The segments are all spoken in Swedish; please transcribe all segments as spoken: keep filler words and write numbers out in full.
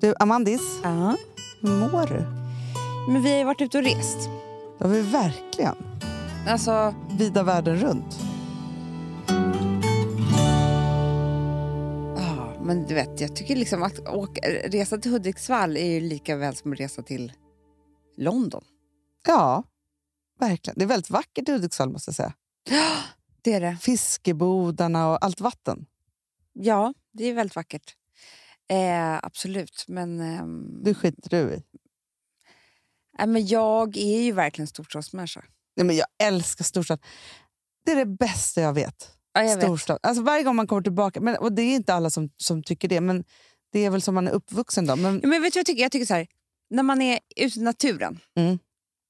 Du, Amandis, Ja. hur mår du? Men vi har ju varit ute och rest. Det har vi verkligen. Alltså, Vida världen runt. ja, men du vet, jag tycker liksom att åka, resa till Hudiksvall är ju lika väl som att resa till London. Ja, verkligen. Det är väldigt vackert i Hudiksvall, måste jag säga. Det är det. Fiskebodarna och allt vatten. Ja, det är väldigt vackert. Eh, absolut, men... ehm, Det skiter du i. nej, men jag är ju verkligen storstadsmänniska. Nej, men jag älskar storstad. Det är det bästa jag vet. Ja, jag vet. Storstad. Alltså varje gång man kommer tillbaka. Men, och det är inte alla som, som tycker det. Men det är väl som man är uppvuxen då. Men, Ja, men vet du vad jag tycker? Jag tycker så här, när man är ute i naturen, Mm.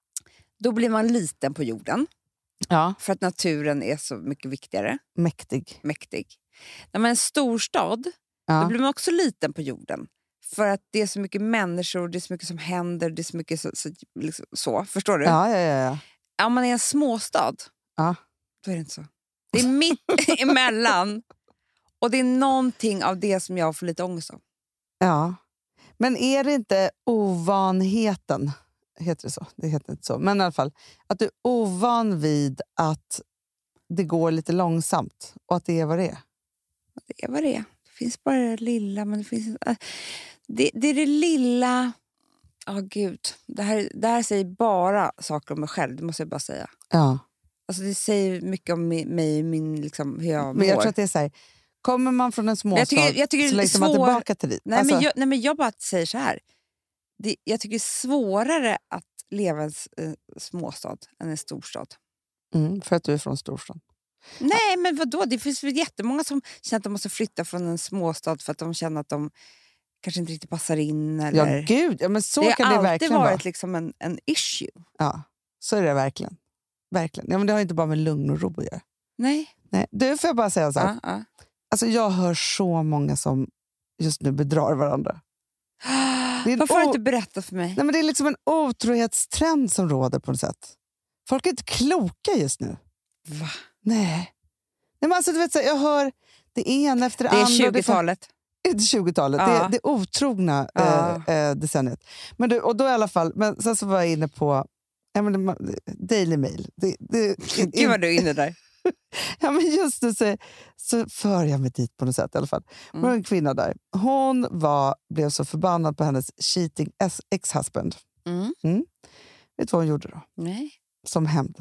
då blir man liten på jorden. ja, För att naturen är så mycket viktigare, mäktig. mäktig. När man är en storstad, Ja. då blir man också liten på jorden. För att det är så mycket människor, det är så mycket som händer, det är så mycket så, så, liksom, så. Förstår du? Ja, ja, ja, ja. Om man är en småstad, Ja. då är det inte så. Det är mitt emellan. Och det är någonting av det som jag får lite ångest av. Ja. Men är det inte ovanheten, heter det så? Det heter inte så. Men i alla fall, att du är ovan vid att det går lite långsamt och att det är vad det är. Det är vad det är. Det finns bara det lilla, men det finns... äh, Det, det är det lilla... Ja, oh, gud. Det här, det här säger bara saker om mig själv, det måste jag bara säga. Ja. Alltså det säger mycket om mi- mig, min, liksom, hur jag mår. Men jag tror att det är så här, kommer man från en småstad jag tycker, jag tycker det så är längtar man svår... tillbaka till dit. Nej, Alltså, men jag, nej, men jag bara säger så här. Det, jag tycker det är svårare att leva i en s- eh, småstad än en storstad. mm, för att du är från storstan. Nej, men vadå? Det finns väl jättemånga som känner att de måste flytta från en småstad för att de känner att de kanske inte riktigt passar in. Eller... Ja, gud. Ja, men så det kan har det alltid verkligen varit vara. liksom en, en issue. Ja, så är det verkligen. Verkligen. Ja, men det har inte bara med lugn och ro att göra. Nej. Nej. Du, får jag bara säga så här. Ja, ja. Alltså, jag hör så många som just nu bedrar varandra. Det är en Varför har du o- inte berättat för mig? Nej, men det är liksom en otrohetstrend som råder på något sätt. Folk är inte kloka just nu. Va? Nej. Nej men alltså, du vet, så här, jag hör det ena efter det, Det är andra. tjugotalet. Det är tjugotalet. Ja. Det, är, det är otrogna Ja. eh, eh, decenniet. Men, du, och då i alla fall, men sen så var jag inne på ja, men det, Daily Mail. Det, det, Gud vad du är inne där. ja, men just nu så, så för jag mig dit på något sätt i alla fall. Det var en kvinna där. Hon var, blev så förbannad på hennes cheating ex- ex-husband. Mm. Mm. Vet du vad hon gjorde då? Nej, Som hämnd.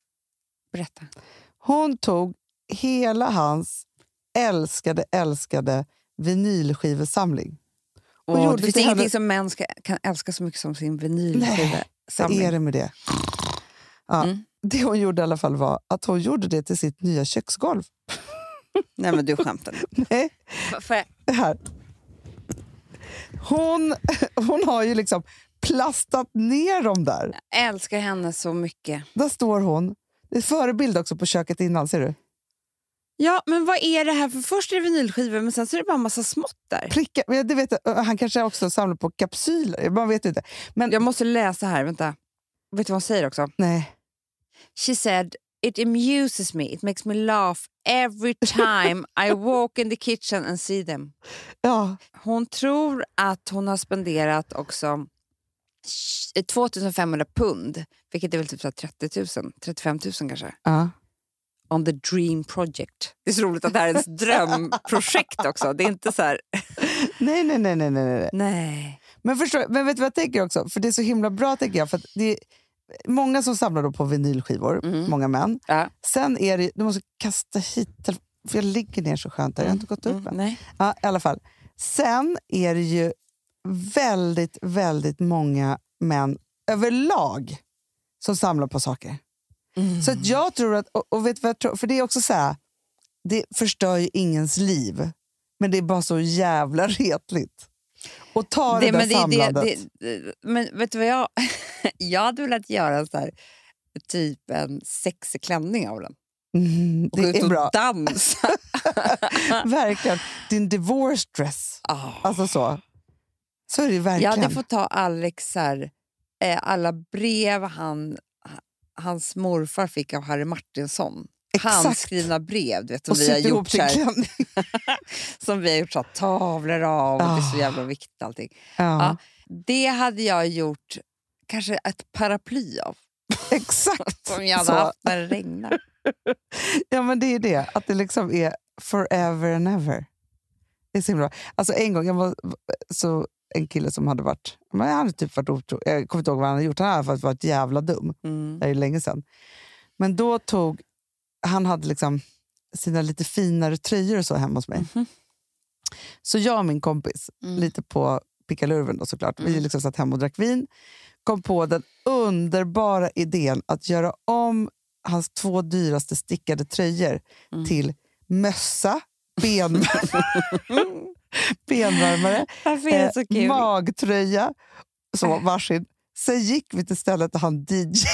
berätta. Hon tog hela hans älskade, älskade vinylskivesamling. Och Åh, gjorde det finns till ingenting henne- som män ska, kan älska så mycket som sin Vad vinylskiva-samling. är det med det? Ja, Mm. det hon gjorde i alla fall var att hon gjorde det till sitt nya köksgolv. Nej, men du skämtar. Nej, Får jag? det här. Hon, hon har ju liksom plastat ner dem där. Jag älskar henne så mycket. Där står hon. Det är förebild också på köket innan, ser du? Ja, men vad är det här? För först är det vinylskivor, men sen så är det bara en massa smått där. Pricka, men det vet jag, han kanske också samlar på kapsyler. Man vet inte. Men Jag måste läsa här, vänta. Vet du vad hon säger också? nej. She said, it amuses me, it makes me laugh every time I walk in the kitchen and see them. Ja, Hon tror att hon har spenderat också tvåtusen femhundra pund, vilket är väl typ så här trettio tusen, trettiofem tusen kanske, ja. on the dream project. Det är så roligt att det här är ens drömprojekt också. Det är inte så här... Nej, nej, nej, nej, nej, nej. Nej. Men, förstår, men vet du vad jag tänker också? För det är så himla bra, tänker jag. För att det är många som samlar då på vinylskivor, Mm. många män. Ja. Sen är det, du måste kasta hit, för jag ligger ner så skönt där. Jag har inte gått upp Mm, än. nej. Ja, i alla fall. Sen är det ju väldigt, väldigt många män överlag som samlar på saker. Mm. Så att jag tror att, och, och vet du vad jag tror? För det är också så här, det förstör ju ingens liv. Men det är bara så jävla retligt. Och ta det, det där men det, samlandet. det, det, men vet du vad jag... jag hade velat göra en så här, typ en sexig klänning av den. Mm, Och det ut är och bra. dansa. Verkligen. Din divorce dress. Oh. Alltså så. Så är det ju Jag verkligen. hade fått ta Alex här, eh, alla brev han, hans morfar fick av Harry Martinsson. Exakt. Handskrivna brev, du vet, som Och vi har sytt ihop gjort till så här, klänning. som vi har gjort så här, tavlor av, och det är så Ah. jävla viktigt allting. Ja, Ja. Det hade jag gjort kanske ett paraply av, exakt. som jag hade Så. haft när det regnar. Ja, men det är det. Att det liksom är forever and ever. Det är så himla bra. Alltså en gång, jag var så en kille som hade varit, men han hade typ varit otro, jag kommer inte ihåg vad han hade gjort, han hade faktiskt varit jävla dum. Mm. Det är ju länge sedan. Men då tog, han hade liksom sina lite finare tröjor och så hemma hos mig. Mm-hmm. Så jag och min kompis, Mm. lite på pickalurven då såklart, vi Mm. liksom satt hemma och drack vin, kom på den underbara idén att göra om hans två dyraste stickade tröjor Mm. till mössa, benvärmare, benvärmare Varför är det så kul? magtröja, så varsin. Sen gick vi till stället och han D J.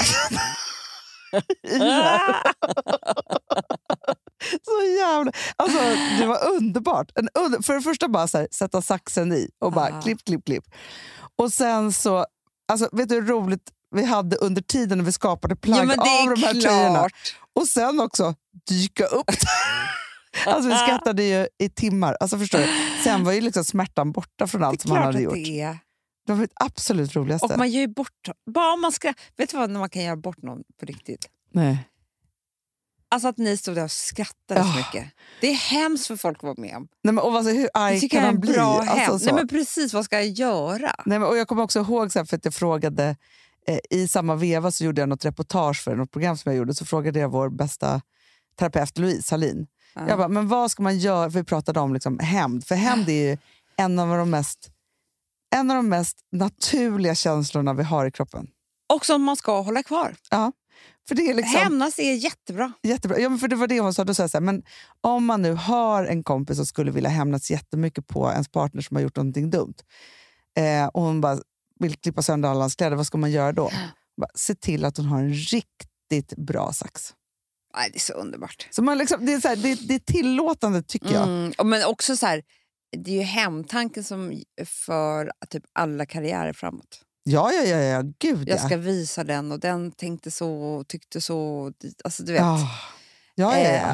Så jävla... Alltså, det var underbart. En under... För det första bara så här, sätta saxen i och bara Ah. klipp, klipp, klipp. Och sen så... Alltså, vet du hur roligt vi hade under tiden när vi skapade plagg Ja, men det är av de här tröjorna? klart. Och sen också dyka upp. Alltså vi skrattade ju i timmar. Alltså förstår du? Sen var ju liksom smärtan borta från Det är allt som han klart hade att gjort. det är. Det var det absolut roligaste. Och man gör ju bort... Bara om man ska, vet du vad, när man kan göra bort någon på riktigt? Nej. Alltså att ni stod där och skrattade så Ja. mycket. Det är hemskt för folk att vara med om. Nej, men, och alltså, hur Det arg tycker kan jag är man en bli? bra Alltså, hem. så. Nej men precis, vad ska jag göra? Nej, men, och jag kommer också ihåg så här, för att jag frågade eh, i samma veva så gjorde jag något reportage för något program som jag gjorde, så frågade jag vår bästa terapeut Louise Hallin. Ja. Jag bara, men vad ska man göra? För vi pratade om liksom hämnd. För hämnd är ju en av de mest en av de mest naturliga känslorna vi har i kroppen. Och som man ska hålla kvar. Ja. För det är liksom Hämnas är jättebra. jättebra. Ja, men för det var det hon sa. Då sa jag så här, men om man nu har en kompis som skulle vilja hämnas jättemycket på ens partner som har gjort någonting dumt. Eh, och hon bara vill klippa sönder alla hans kläder. Vad ska man göra då? Bara, se till att hon har en riktigt bra sax. Nej, det är så underbart. Så man liksom, det, är så här, det, det är tillåtande tycker jag. Mm. och Men också så här, det är ju hemtanken som för typ alla karriärer framåt. Ja, ja, ja, ja. Gud ja. Jag ska visa den och den tänkte så och tyckte så. Alltså du vet. Ja, ja, ja, ja. Eh,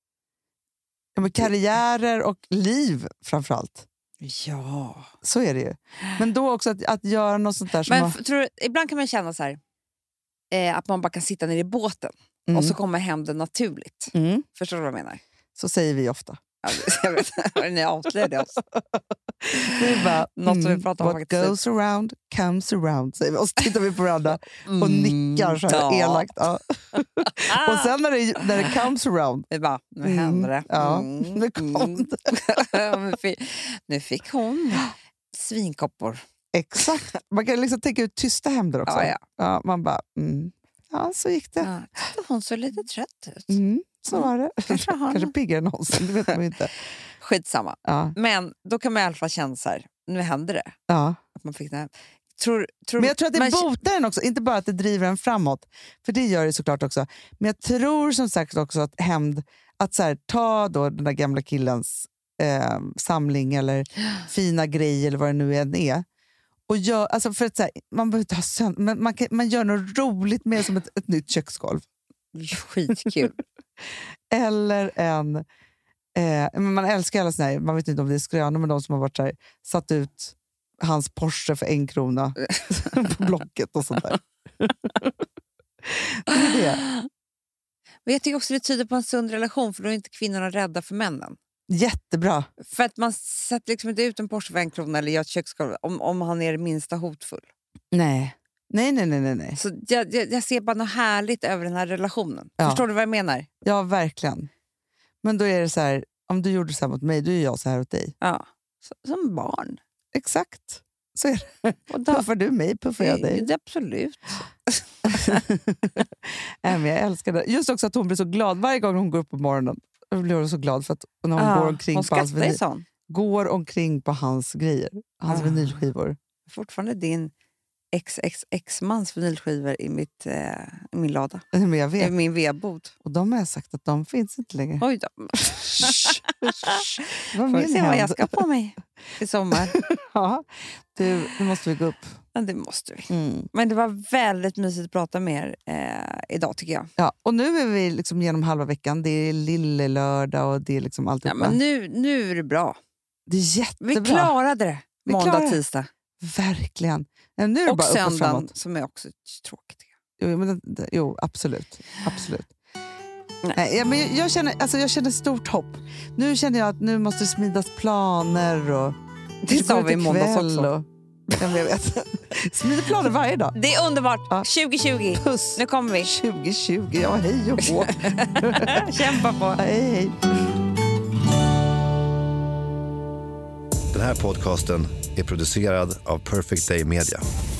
ja men karriärer och liv framförallt. ja. Så är det ju. Men då också att, att göra något sånt där som... Men har, f- tror du, ibland kan man känna så här, eh, att man bara kan sitta ner i båten mm. och så kommer hämnden naturligt. mm. Förstår du vad jag menar? Så säger vi ofta. Ja, jag vet, ni avslöjade oss. Det är bara, Något som vi pratar om what faktiskt. goes around comes around, säger vi. Och så tittar vi på varandra och Mm, nickar så här ja. elakt. Ja. Och sen när det, när det comes around, Vi bara, nu Mm, händer det. ja, Mm, nu kom mm. det. nu, fick, nu fick hon svinkoppor. Exakt. Man kan liksom tänka ut tysta händer också. Ja, ja. Ja, man bara, mm. ja så gick det. Ja, titta, hon såg lite trött ut. Mm, så var det. Kanske har Kanske något. piggare än någonsin, det vet man ju inte. Skitsamma. Ja, Men då kan man i alla fall känna så här, nu händer det. ja. Att man fick den här. Tror, tror, Men jag tror att det man- botar en också, inte bara att det driver en framåt. För det gör det såklart också. Men jag tror som sagt också att hämnd, att så här, ta då den där gamla killens eh, samling eller fina grej eller vad det nu än är. Och gör, alltså för att så här, man behöver inte ha sönder, men man, kan, man gör något roligt med som ett, ett nytt köksgolv. Skitkul. Eller en... Eh, men man älskar alla såna här, man vet inte om det är skrönor, men de som har varit så här, satt ut hans Porsche för en krona på Blocket och sånt där. Det är det. Men jag tycker också det tyder på en sund relation, för då är inte kvinnorna rädda för männen. Jättebra. För att man sätter liksom inte ut en Porsche för en krona eller gör ett köksgolv om, om han är det minsta hotfull. Nej. Nej, nej, nej, nej, nej. Så jag, jag, jag ser bara något härligt över den här relationen. Ja. Förstår du vad jag menar? Ja, verkligen. Men då är det så här, om du gjorde så här mot mig, då är jag så här åt dig. Ja. Så, som barn. Exakt. Så är det. Och då, Puffar du mig, puffar jag dig. det, absolut. Nej, men jag älskar det. Just också att hon blir så glad. Varje gång hon går upp på morgonen blir hon så glad för att när hon Ja, går omkring hon på hans skrattar ju vinyl, sån. går omkring på hans grejer. Hans Ah. vinylskivor. Fortfarande din X X X-mans vinylskivor i, mitt, eh, i min lada. Men jag vet. I min vedbod. Och de har jag sagt att de finns inte längre. Oj då. Vad får vi se vad jag ska på mig i sommar. Ja, du, nu måste vi gå upp. Ja, det måste vi. Mm. Men det var väldigt mysigt att prata med er eh, idag tycker jag. Ja, och nu är vi liksom genom halva veckan. Det är lille lördag och det är liksom allt. Ja, men nu, nu är det bra. Det är jättebra. Vi klarade det. Vi Måndag, klarade. tisdag. Verkligen. Ja, nu är det Och bara uppåt söndagen framåt. som är också tråkigt. Jo, men, det- jo absolut. absolut. Nej, ja, men jag, jag, känner, alltså, jag känner stort hopp. Nu känner jag att nu måste det smidas planer. Och, Det sa går ut vi i måndags ikväll också. Och, ja, men jag vet. Smider planer varje dag. Det är underbart. Ja. tjugo tjugo. Puss. Nu kommer vi. tjugo tjugo, ja hej och hå. Kämpa på. Hej hej. Den här podcasten är producerad av Perfect Day Media.